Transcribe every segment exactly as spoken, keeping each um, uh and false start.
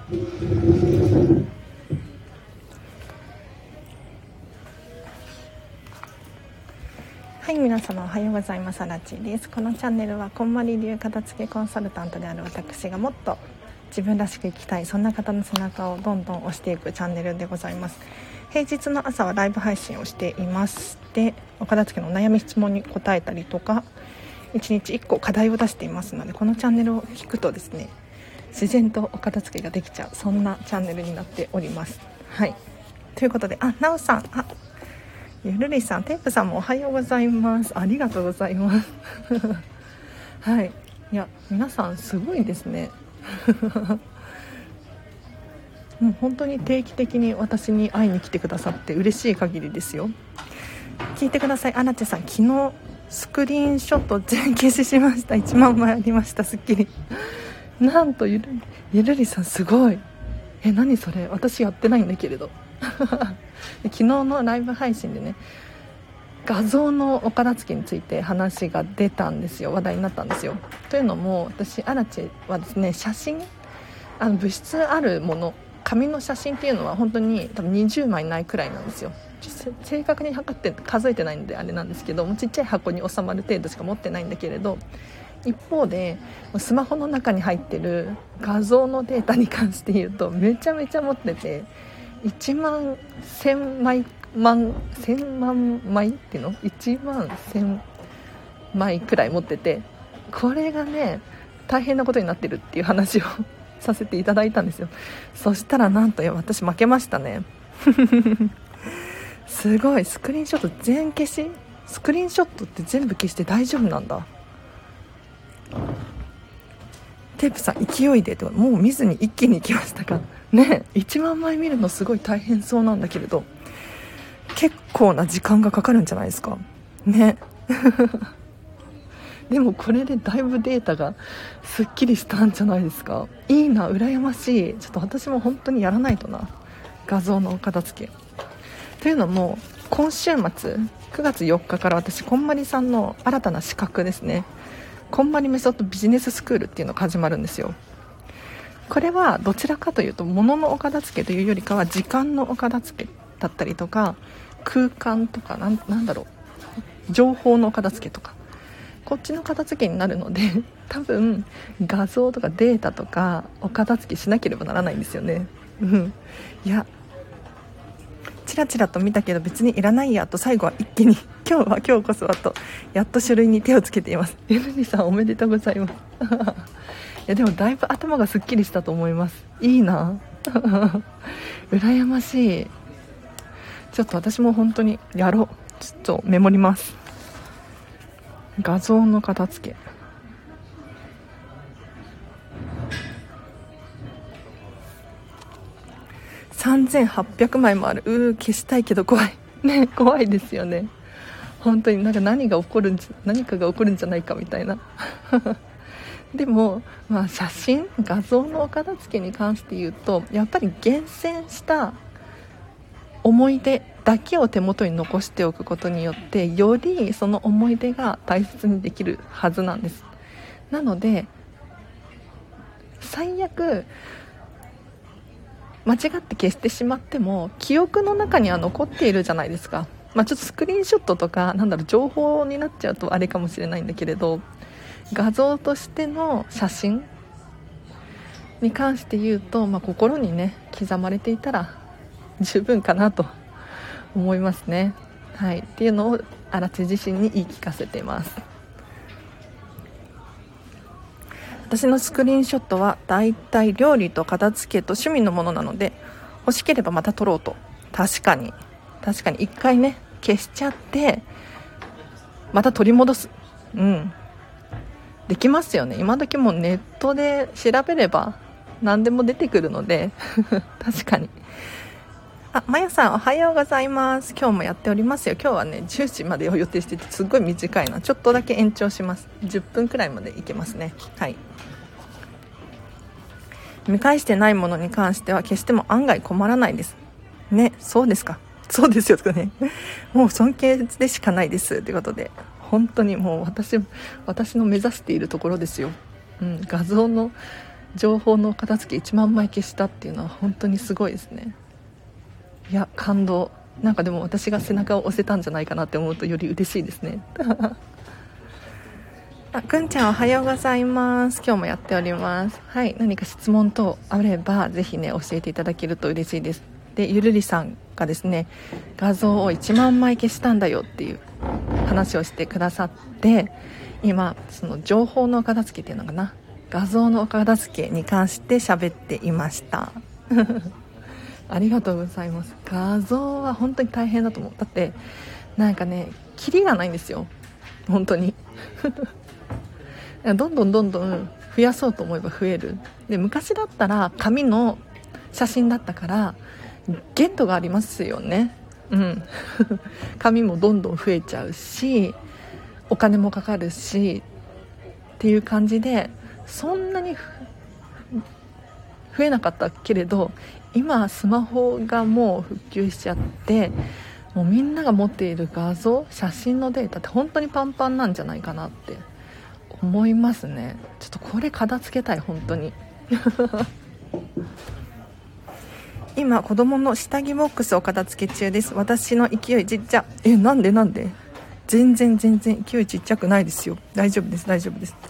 はい、皆様おはようございます。あらちです。このチャンネルはこんまり流片付けコンサルタントである私がもっと自分らしく生きたい、そんな方の背中をどんどん押していくチャンネルでございます。平日の朝はライブ配信をしています。で、お片付けの悩み質問に答えたりとか、いちにちいっこ課題を出していますので、このチャンネルを聞くとですね、自然とお片付けができちゃう、そんなチャンネルになっております。はい、ということで、あ、なおさん、あ、ゆるりさん、テープさんもおはようございます。ありがとうございますはい、いや皆さんすごいですねもう本当に定期的に私に会いに来てくださって嬉しい限りですよ。聞いてください。アナチェさん、昨日スクリーンショット全消ししました。いちまんまいありました。すっきりなんとゆるゆるりさんすごい。え、何それ、私やってないんだけれど昨日のライブ配信でね、画像のお片付けについて話が出たんですよ。話題になったんですよ。というのも、私アラチはですね、写真、あの物質あるもの、紙の写真っていうのは本当に多分にじゅうまいないくらいなんですよ。正確に測って数えてないのであれなんですけども、ちっちゃい箱に収まる程度しか持ってないんだけれど、一方でスマホの中に入ってる画像のデータに関して言うとめちゃめちゃ持ってて、いちまんせんまい万千万枚っていうのいちまんせんまいくらい持ってて、これがね大変なことになってるっていう話をさせていただいたんですよ。そしたらなんと、いや私負けましたねすごい。スクリーンショット全消し。スクリーンショットって全部消して大丈夫なんだ。テープさん、勢いでと、もう見ずに一気に行きましたかね。いちまんまい見るのすごい大変そうなんだけれど、結構な時間がかかるんじゃないですかねでもこれでだいぶデータがすっきりしたんじゃないですか。いいな、羨ましい。ちょっと私も本当にやらないとな、画像の片付け。というのも、今週末くがつよっかから私こんまりさんの新たな資格ですね、こんまりメソッドビジネススクールっていうのが始まるんですよ。これはどちらかというと物のお片付けというよりかは時間のお片付けだったりとか、空間とか、な ん, なんだろう情報のお片付けとか、こっちの片付けになるので、多分画像とかデータとかお片付けしなければならないんですよね。うん、いやチラチラと見たけど別にいらないやと、最後は一気に今日は今日こそはとやっと書類に手をつけています。エルニさんおめでとうございますいやでもだいぶ頭がすっきりしたと思います。いいな羨ましい。ちょっと私も本当にやろう。ちょっとメモります。画像の片付け、さんぜんはっぴゃくまいもある。うー、消したいけど怖いね。怖いですよね本当に。なんか何が起こるんじ何かが起こるんじゃないかみたいなでも、まあ、写真画像のお片付けに関して言うと、やっぱり厳選した思い出だけを手元に残しておくことによって、よりその思い出が大切にできるはずなんです。なので最悪間違って消してしまっても記憶の中には残っているじゃないですか。まあ、ちょっとスクリーンショットとかなんだろう情報になっちゃうとあれかもしれないんだけれど、画像としての写真に関して言うと、まあ、心にね刻まれていたら十分かなと思いますね。はい、っていうのをあらち自身に言い聞かせています。私のスクリーンショットはだいたい料理と片付けと趣味のものなので、欲しければまた撮ろうと。確かに確かに一回ね消しちゃってまた取り戻す、うんできますよね。今時もうネットで調べれば何でも出てくるので確かに。あ、まやさんおはようございます。今日もやっておりますよ。今日はねじゅうじまでを予定してて、すっごい短いな。ちょっとだけ延長します。じゅっぷんくらいまでいけますね。はい。見返してないものに関しては決しても案外困らないですね。そうですか。そうですよとかねもう尊敬でしかないですということで、本当にもう私私の目指しているところですよ。うん、画像の情報の片付けいちまんまい消したっていうのは本当にすごいですね。いや感動。なんかでも私が背中を押せたんじゃないかなって思うとより嬉しいですねあ、ぐんちゃんおはようございます。今日もやっております。はい、何か質問等あればぜひね教えていただけると嬉しいです。でゆるりさんがですね画像をいちまんまい消したんだよっていう話をしてくださって、今その情報の片付けっていうのかな、画像の片付けに関して喋っていましたありがとうございます。画像は本当に大変だと思う。だってなんかねキリがないんですよ本当にどんどんどんどん増やそうと思えば増える。で昔だったら紙の写真だったから限度がありますよね。うん紙もどんどん増えちゃうしお金もかかるしっていう感じでそんなに増えなかったけれど、今スマホがもう普及しちゃって、もうみんなが持っている画像写真のデータって本当にパンパンなんじゃないかなって思いますね。ちょっとこれ片付けたい本当に今子供の下着ボックスを片付け中です。私の勢いちっちゃ。えなんでなんで全然全然勢いちっちゃくないですよ。大丈夫です大丈夫です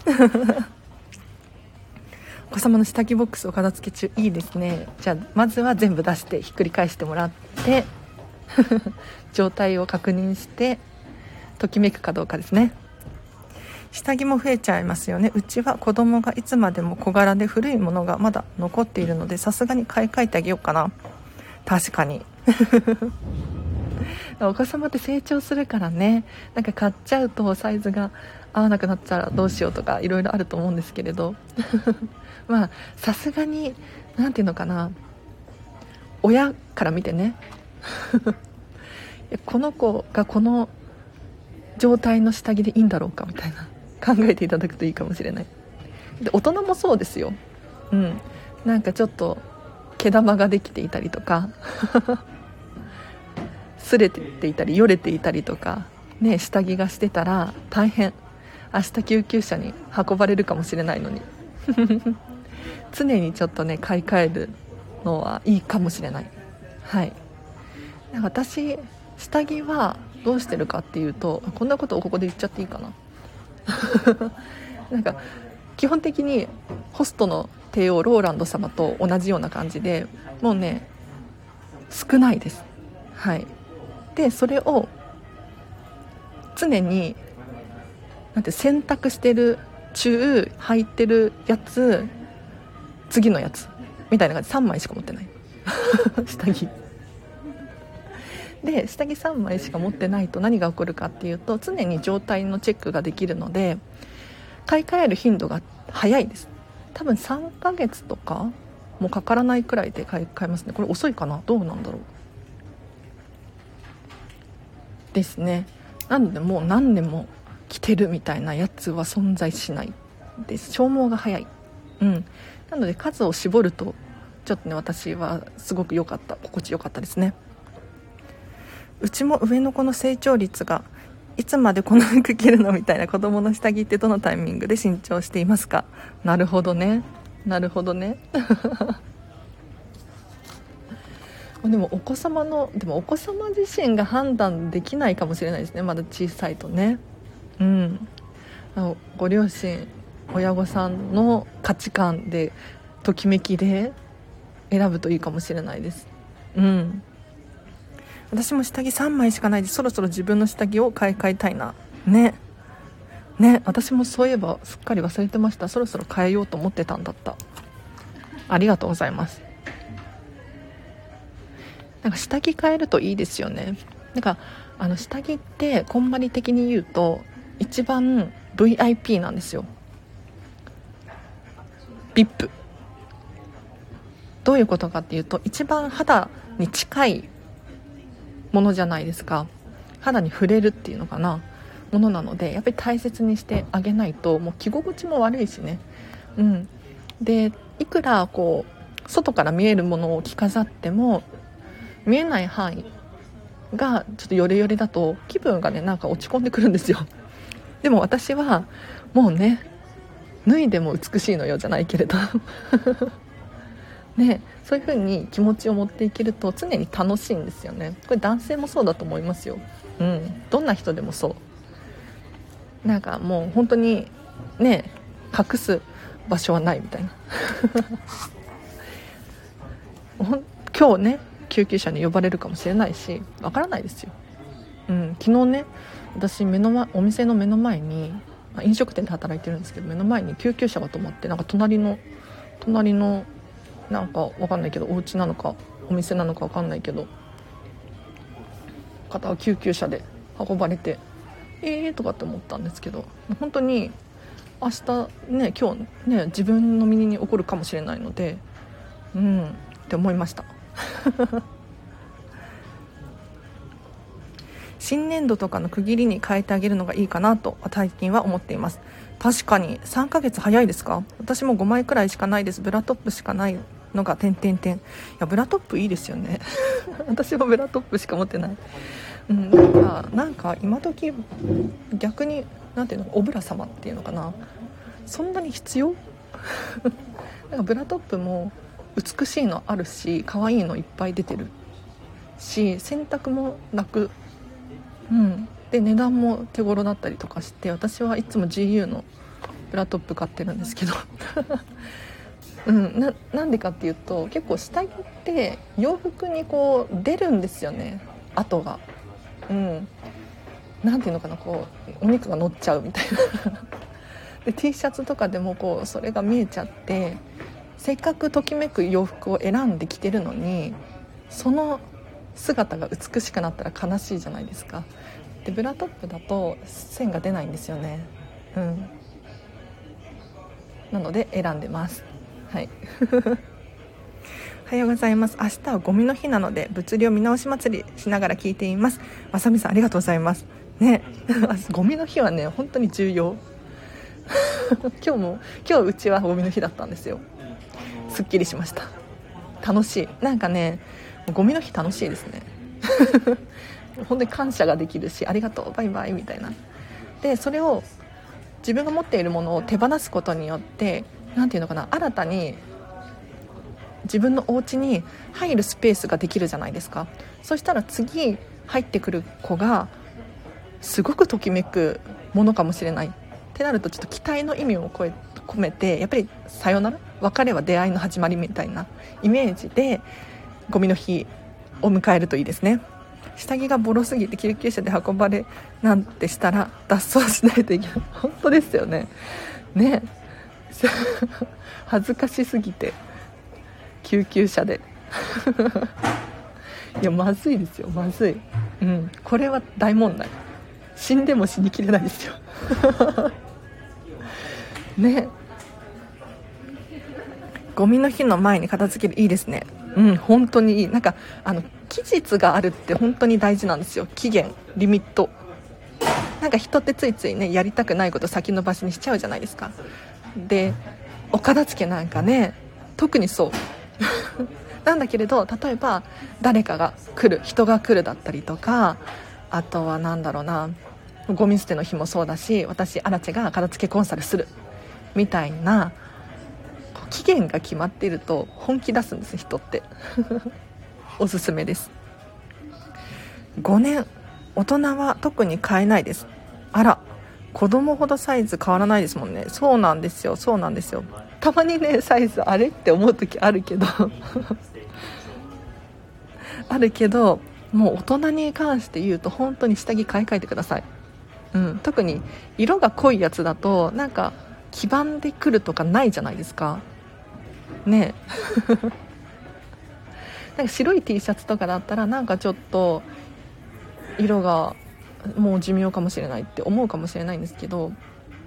お子様の下着ボックスを片付け中、いいですね。じゃあまずは全部出してひっくり返してもらって状態を確認してときめくかどうかですね。下着も増えちゃいますよね。うちは子供がいつまでも小柄で古いものがまだ残っているのでさすがに買い替えてあげようかな。確かにお子様って成長するからね、なんか買っちゃうとサイズが合わなくなったらどうしようとかいろいろあると思うんですけれどまあさすがになんていうのかな、親から見てねこの子がこの状態の下着でいいんだろうかみたいな考えていただくといいかもしれない。で大人もそうですよ。うんなんかちょっと毛玉ができていたりとか擦れていたりよれていたりとかね、下着がしてたら大変。明日救急車に運ばれるかもしれないのに常にちょっとね買い替えるのはいいかもしれない。はい。私下着はどうしてるかっていうと、こんなことをここで言っちゃっていいかななんか基本的にホストの帝王ローランド様と同じような感じでもうね少ないです。はい。でそれを常になんて洗濯してる中履いてるやつ次のやつみたいな感じでさんまいしか持ってない下着で下着さんまいしか持ってないと何が起こるかっていうと、常に状態のチェックができるので買い替える頻度が早いです。多分さんかげつとかもかからないくらいで買い替えますね。これ遅いかな、どうなんだろうですね。なのでもう何年も着てるみたいなやつは存在しないです。消耗が早い。うんなので数を絞るとちょっとね私はすごく良かった、心地よかったですね。うちも上の子の成長率がいつまでこの服着るのみたいな、子供の下着ってどのタイミングで新調していますか。なるほどねなるほどねでもお子様のでもお子様自身が判断できないかもしれないですね、まだ小さいとね。うんご両親親御さんの価値観でときめきで選ぶといいかもしれないです。うん私も下着さんまいしかないでそろそろ自分の下着を買い替えたいな。ねね私もそういえばすっかり忘れてました。そろそろ変えようと思ってたんだった。ありがとうございます。なんか下着変えるといいですよね。なんかあの下着ってこんまり的に言うと一番 ブイアイピー なんですよ。 ブイアイピー どういうことかっていうと、一番肌に近いものじゃないですか。肌に触れるっていうのかな、ものなのでやっぱり大切にしてあげないと、もう着心地も悪いしね。うんでいくらこう外から見えるものを着飾っても見えない範囲がちょっとヨレヨレだと気分がねなんか落ち込んでくるんですよ。でも私はもうね脱いでも美しいのよじゃないけれどね、そういう風に気持ちを持っていけると常に楽しいんですよね。これ男性もそうだと思いますよ。うん、どんな人でもそう。なんかもう本当にね、隠す場所はないみたいな今日ね救急車に呼ばれるかもしれないし、わからないですよ。うん、昨日ね、私目の、ま、お店の目の前に、まあ、飲食店で働いてるんですけど、目の前に救急車が止まって、なんか隣の隣のなんかわかんないけど、お家なのかお店なのかわかんないけど、方は救急車で運ばれて、えーとかって思ったんですけど、本当に明日ね、今日ね、自分の身に起こるかもしれないので、うんって思いました新年度とかの区切りに変えてあげるのがいいかなと最近は思っています。確かにさんかげつ早いですか？私もごまいくらいしかないです。ブラトップしかないのが点々点。いやブラトップいいですよね私もブラトップしか持ってない。うん、なんかなんか今時逆になんていうの、オブラ様っていうのかな、そんなに必要なんかブラトップも美しいのあるし、可愛いのいっぱい出てるし、洗濯も楽、うん、で値段も手頃だったりとかして、私はいつも ジーユー のブラトップ買ってるんですけどうん、な, なんでかっていうと、結構下着って洋服にこう出るんですよね、跡が。うん、なんていうのかな、こうお肉が乗っちゃうみたいなで T シャツとかでもこうそれが見えちゃって、せっかくときめく洋服を選んで着てるのに、その姿が美しくなったら悲しいじゃないですか。でブラトップだと線が出ないんですよね。うん、なので選んでます。はいおはようございます。明日はゴミの日なので物流見直し祭りしながら聞いています。まさみさんありがとうございますねゴミの日はね本当に重要今日も今日うちはゴミの日だったんですよ。すっきりしました。楽しい。なんかね、ゴミの日楽しいですね本当に感謝ができるし、ありがとうバイバイみたいな。でそれを自分が持っているものを手放すことによって、なんていうのかな、新たに自分のお家に入るスペースができるじゃないですか。そしたら次入ってくる子がすごくときめくものかもしれないってなると、ちょっと期待の意味を込めて、やっぱりさよなら、別れは出会いの始まりみたいなイメージでゴミの日を迎えるといいですね。下着がボロすぎて救急車で運ばれなんてしたら脱走しないといけない。本当ですよね。ね恥ずかしすぎて救急車でいやまずいですよ、まずい、うん、これは大問題。死んでも死にきれないですよね。ゴミの日の前に片付ける、いいですね。うん、本当にいい。なんかあの期日があるって本当に大事なんですよ。期限、リミット。なんか人ってついついね、やりたくないこと先延ばしにしちゃうじゃないですか。でお片付けなんかね、特にそうなんだけれど、例えば誰かが来る、人が来るだったりとか、あとはなんだろうな、ゴミ捨ての日もそうだし、私アラチェが片付けコンサルするみたいな期限が決まっていると本気出すんです、人っておすすめです。ごねん、大人は特に買えないです。あら、子供ほどサイズ変わらないですもんね。そうなんですよ、そうなんですよ。たまにね、サイズあれって思う時あるけどあるけど、もう大人に関して言うと本当に下着買い替えてください。うん、特に色が濃いやつだとなんか黄ばんでくるとかないじゃないですかねなんか白い T シャツとかだったらなんかちょっと色がもう寿命かもしれないって思うかもしれないんですけど、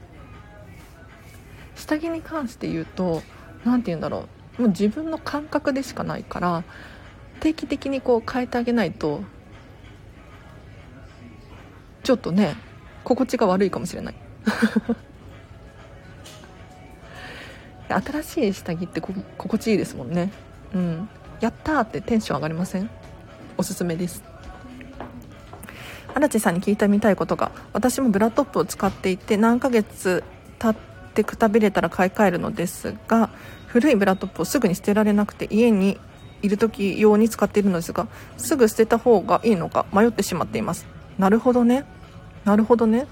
下着に関して言うとなんて言うんだろう、もう自分の感覚でしかないから、定期的にこう変えてあげないとちょっとね心地が悪いかもしれない新しい下着ってこ心地いいですもんね。うん、やったーってテンション上がりません？おすすめです。荒地さんに聞いてみたいことが、私もブラトップを使っていて何ヶ月経っってくたびれたら買い替えるのですが、古いブラトップをすぐに捨てられなくて家にいる時用に使っているのですが、すぐ捨てた方がいいのか迷ってしまっています。なるほどねなるほどね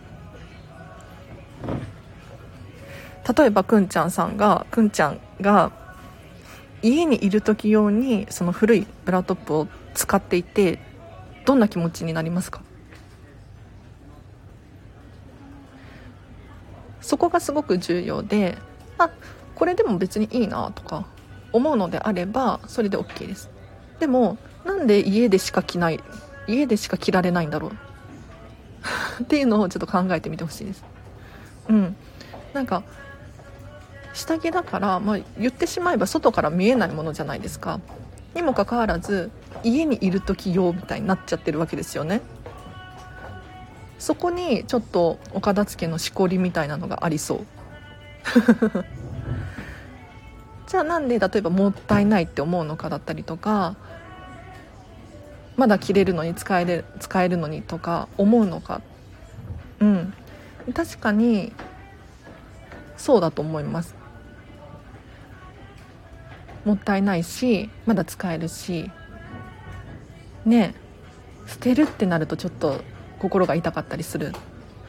例えばくんちゃんさんがくんちゃんが家にいる時用にその古いブラトップを使っていて、どんな気持ちになりますか？そこがすごく重要で、あ、これでも別にいいなとか思うのであればそれで OK です。でもなんで家でしか着ない家でしか着られないんだろうっていうのをちょっと考えてみてほしいです。うんなんか下着だから、まあ、言ってしまえば外から見えないものじゃないですか。にもかかわらず家にいる時用みたいになっちゃってるわけですよね。そこにちょっとお片付けのしこりみたいなのがありそうじゃあなんで例えばもったいないって思うのかだったりとか、まだ着れるのに使える、使えるのにとか思うのか。うん確かにそうだと思います。もったいないしまだ使えるしね、捨てるってなるとちょっと心が痛かったりする。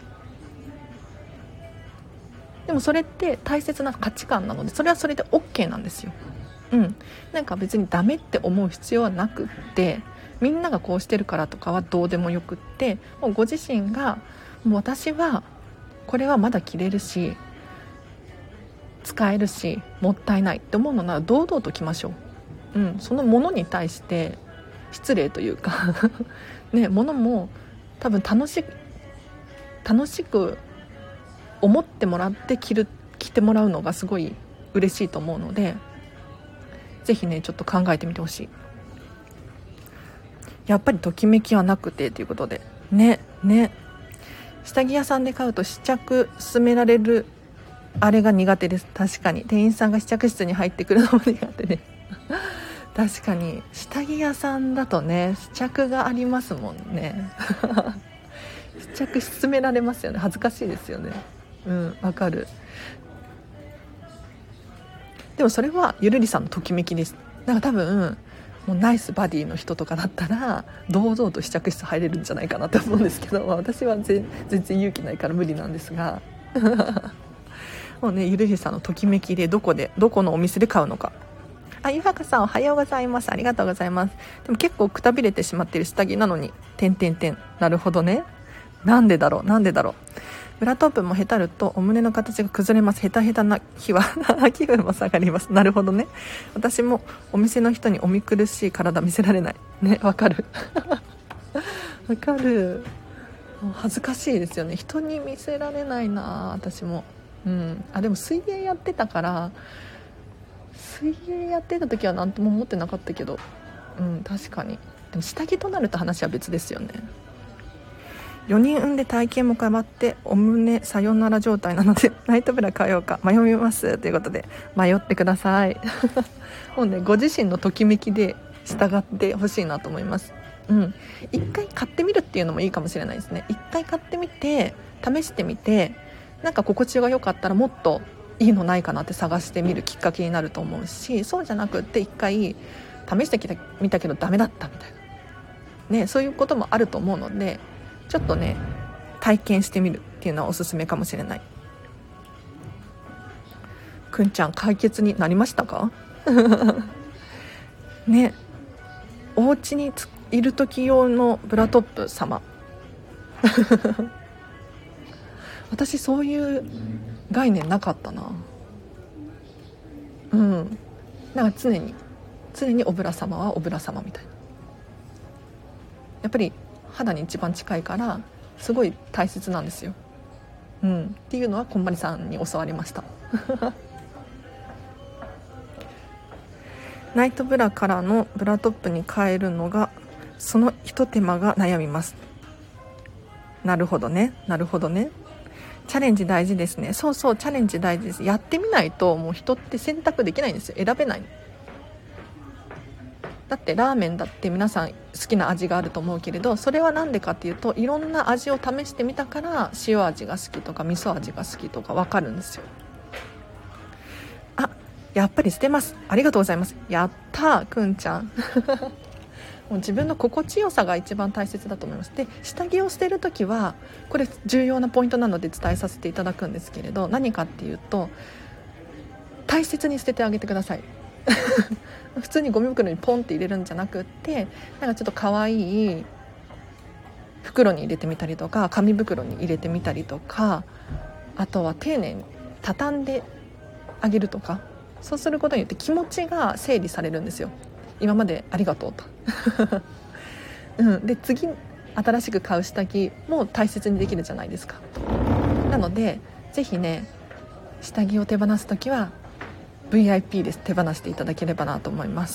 でもそれって大切な価値観なので、それはそれで OK なんですよ。うんなんか別にダメって思う必要はなくって、みんながこうしてるからとかはどうでもよくって、もうご自身がもう私はこれはまだ着れるし使えるしもったいないって思うのなら堂々と着ましょう。うん、そのものに対して失礼というかね、ものも多分楽し楽しく思ってもらって着る着てもらうのがすごい嬉しいと思うので、ぜひねちょっと考えてみてほしい。やっぱりときめきはなくてということでねね下着屋さんで買うと試着勧められるあれが苦手です。確かに店員さんが試着室に入ってくるのも苦手です確かに下着屋さんだとね試着がありますもんね試着勧められますよね。恥ずかしいですよね。うんわかる。でもそれはゆるりさんのときめきです。だから多分もうナイスバディの人とかだったら堂々と試着室入れるんじゃないかなと思うんですけど、まあ、私は全然勇気ないから無理なんですがもうねゆるりさんのときめきでどこでどこのお店で買うのか。あ、ゆはかさんおはようございます。ありがとうございます。でも結構くたびれてしまっている下着なのに点点点。なるほどね。なんでだろうなんでだろう。ブラトップもへたるとお胸の形が崩れます。ヘタヘタな日は気分も下がります。なるほどね。私もお店の人にお見苦しい体見せられないね。わかるわかる。恥ずかしいですよね。人に見せられないな私も。うん、あでも水泳やってたから水泳やってた時は何とも思ってなかったけど、うん確かに。でも下着となると話は別ですよね。よにん産んで体型も変わってお胸さよなら状態なのでナイトブラ買おうか迷いますということで、迷ってくださいもうねご自身のときめきで従ってほしいなと思います。うん、一回買ってみるっていうのもいいかもしれないですね。一回買ってみて試してみて、なんか心地が良かったらもっといいのないかなって探してみるきっかけになると思うし、そうじゃなくって一回試してきた見たけどダメだったみたいなね、そういうこともあると思うので、ちょっとね体験してみるっていうのはおすすめかもしれない。くんちゃん解決になりましたかね、お家にいる時用のブラトップ様私そういう概念なかったな。うんなんか常に常におぶら様はおぶら様みたいな、やっぱり肌に一番近いからすごい大切なんですよ。うんっていうのはこんまりさんに教わりましたナイトブラからのブラトップに変えるのがその一手間が悩みます。なるほどねなるほどね。チャレンジ大事ですね。そうそうチャレンジ大事です。やってみないともう人って選択できないんですよ。選べない。 だってラーメンだって皆さん好きな味があると思うけれど、それはなんでかっていうと、いろんな味を試してみたから塩味が好きとか味噌味が好きとか分かるんですよ。あ、やっぱり捨てます。ありがとうございます。やったー、くんちゃんもう自分の心地よさが一番大切だと思います。で、下着を捨てるときはこれ重要なポイントなので伝えさせていただくんですけれど、何かっていうと、大切に捨ててあげてください普通にゴミ袋にポンって入れるんじゃなくって、なんかちょっと可愛い袋に入れてみたりとか、紙袋に入れてみたりとか、あとは丁寧に畳んであげるとか、そうすることによって気持ちが整理されるんですよ。今までありがとうと、うん、で次新しく買う下着も大切にできるじゃないですか。なのでぜひね、下着を手放すときは ブイアイピー で手放していただければなと思います。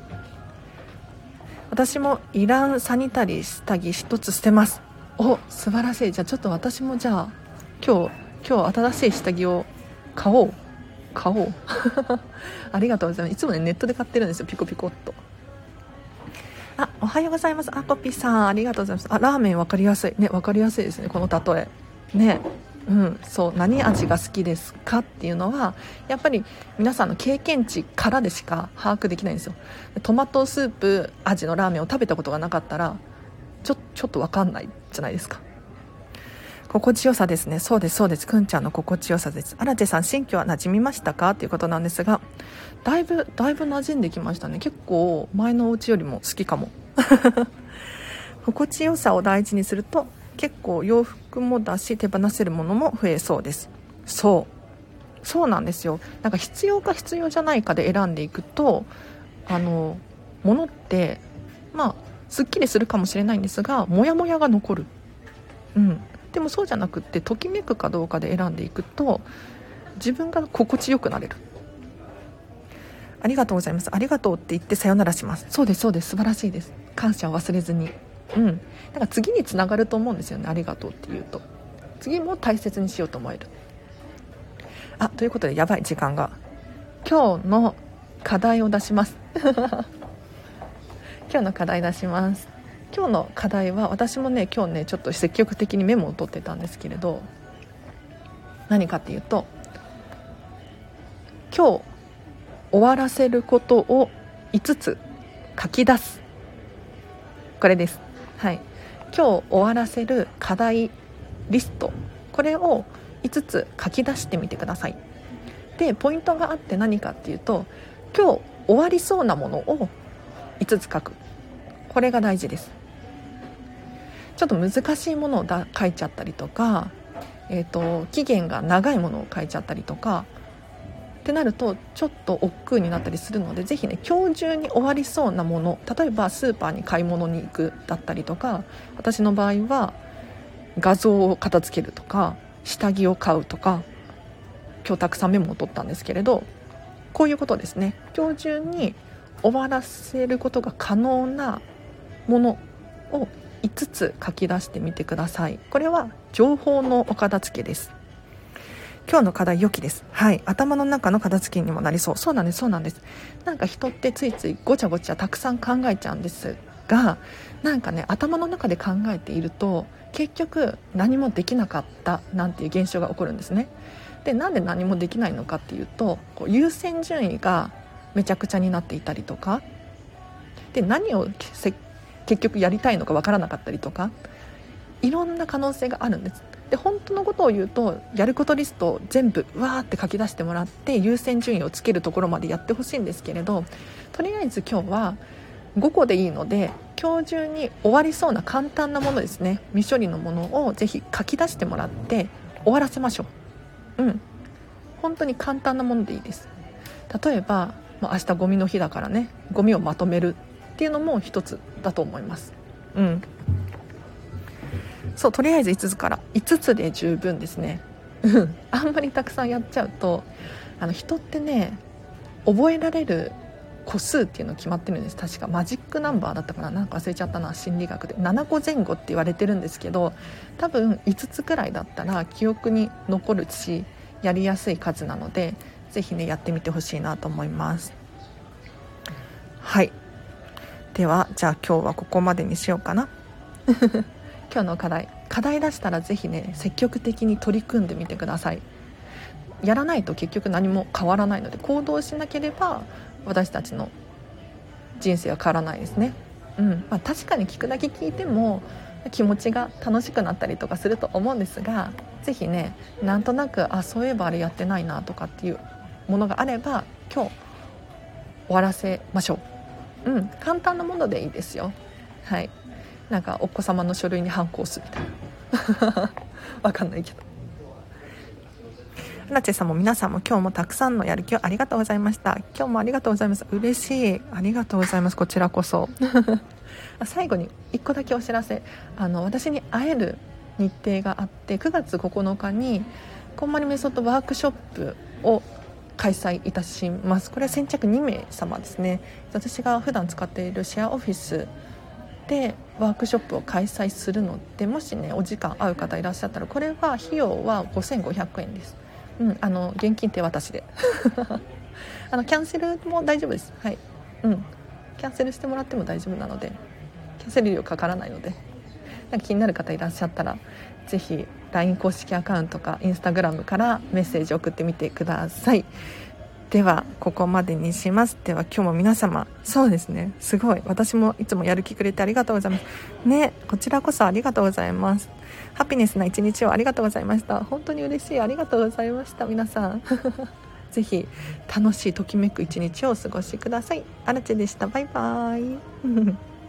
私もいらんサニタリー下着一つ捨てます。お、素晴らしい。じゃあちょっと私もじゃあ今日今日新しい下着を買おう買おうありがとうございます。いつもねネットで買ってるんですよ、ピコピコっと。あ、おはようございます。あこぴさん、ありがとうございます。あ、ラーメン分かりやすいね、分かりやすいですね、この例えね。うん、そう、何味が好きですかっていうのはやっぱり皆さんの経験値からでしか把握できないんですよ。トマトスープ味のラーメンを食べたことがなかったらちょ、ちょっと分かんないじゃないですか。心地よさですね。そうですそうです、くんちゃんの心地よさです。荒地さん、新居は馴染みましたかということなんですが、だいぶだいぶ馴染んできましたね。結構前のお家よりも好きかも心地よさを大事にすると結構洋服もだし手放せるものも増えそうです。そうそうなんですよ。なんか必要か必要じゃないかで選んでいくと、あの物ってまあすっきりするかもしれないんですが、モヤモヤが残る。うん、でもそうじゃなくって、ときめくかどうかで選んでいくと自分が心地よくなれる。ありがとうございます。ありがとうって言ってさよならします。そうですそうです、素晴らしいです。感謝を忘れずに。うん、だから次につながると思うんですよね。ありがとうっていうと次も大切にしようと思える。あ、ということでやばい時間が。今日の課題を出します今日の課題出します。今日の課題は、私もね今日ねちょっと積極的にメモを取ってたんですけれど、何かっていうと、今日終わらせることをいつつ書き出す、これです。はい、今日終わらせる課題リスト、これをいつつ書き出してみてください。でポイントがあって、何かっていうと、今日終わりそうなものをいつつ書く、これが大事です。ちょっと難しいものをだ書いちゃったりとか、えーと、期限が長いものを書いちゃったりとかってなるとちょっと億劫になったりするので、ぜひね今日中に終わりそうなもの、例えばスーパーに買い物に行くだったりとか、私の場合は画像を片付けるとか下着を買うとか、今日たくさんメモを取ったんですけれど、こういうことですね。今日中に終わらせることが可能なものをいつつ書き出してみてください。これは情報のお片付けです。今日の課題良きです。はい、頭の中の片付けにもなりそう。そうなんですそうなんです。なんか人ってついついごちゃごちゃたくさん考えちゃうんですが、なんかね頭の中で考えていると結局何もできなかったなんていう現象が起こるんですね。でなんで何もできないのかっていうと、こう優先順位がめちゃくちゃになっていたりとかで、何をせ結局やりたいのかわからなかったりとか、いろんな可能性があるんです。で本当のことを言うと、やることリストを全部わーって書き出してもらって優先順位をつけるところまでやってほしいんですけれど、とりあえず今日はごこでいいので、今日中に終わりそうな簡単なものですね、未処理のものをぜひ書き出してもらって終わらせましょう。うん、本当に簡単なものでいいです。例えば、まあ、明日ゴミの日だからね、ゴミをまとめるっていうのも一つだと思います。うん、そう、とりあえずいつつからいつつで十分ですねあんまりたくさんやっちゃうと、あの人ってね覚えられる個数っていうの決まってるんです。確かマジックナンバーだったかな、なんか忘れちゃったな、心理学でななこぜん後って言われてるんですけど、多分いつつくらいだったら記憶に残るしやりやすい数なので、ぜひねやってみてほしいなと思います。はい、 ではじゃあ今日はここまでにしようかな今日の課題課題出したらぜひね積極的に取り組んでみてください。やらないと結局何も変わらないので、行動しなければ私たちの人生は変わらないですね。うんまあ、確かに聞くだけ聞いても気持ちが楽しくなったりとかすると思うんですが、ぜひねなんとなくあそういえばあれやってないなとかっていうものがあれば今日終わらせましょう。うん簡単なものでいいですよ。はいなんかお子様の書類にハンコ押すみたいなわかんないけど。なちさんも皆さんも今日もたくさんのやる気をありがとうございました。今日もありがとうございます。嬉しい、ありがとうございます。こちらこそ最後にいっこだけお知らせ。あの私に会える日程があって、くがつここのかにこんまりメソッドワークショップを開催いたします。これは先着にめい様ですね。私が普段使っているシェアオフィスでワークショップを開催するので、もしねお時間合う方いらっしゃったら、これは費用はごせんごひゃくえんです。うん、あの現金手渡しであのキャンセルも大丈夫です。はい、うん、キャンセルしてもらっても大丈夫なので、キャンセル料かからないので、なんか気になる方いらっしゃったらぜひ ライン 公式アカウントか Instagram からメッセージ送ってみてください。ではここまでにします。では今日も皆様、そうですねすごい私もいつもやる気くれてありがとうございますね。こちらこそありがとうございます。ハピネスな一日をありがとうございました。本当に嬉しい、ありがとうございました皆さんぜひ楽しいときめく一日をお過ごしください。あらちでした。バイバイ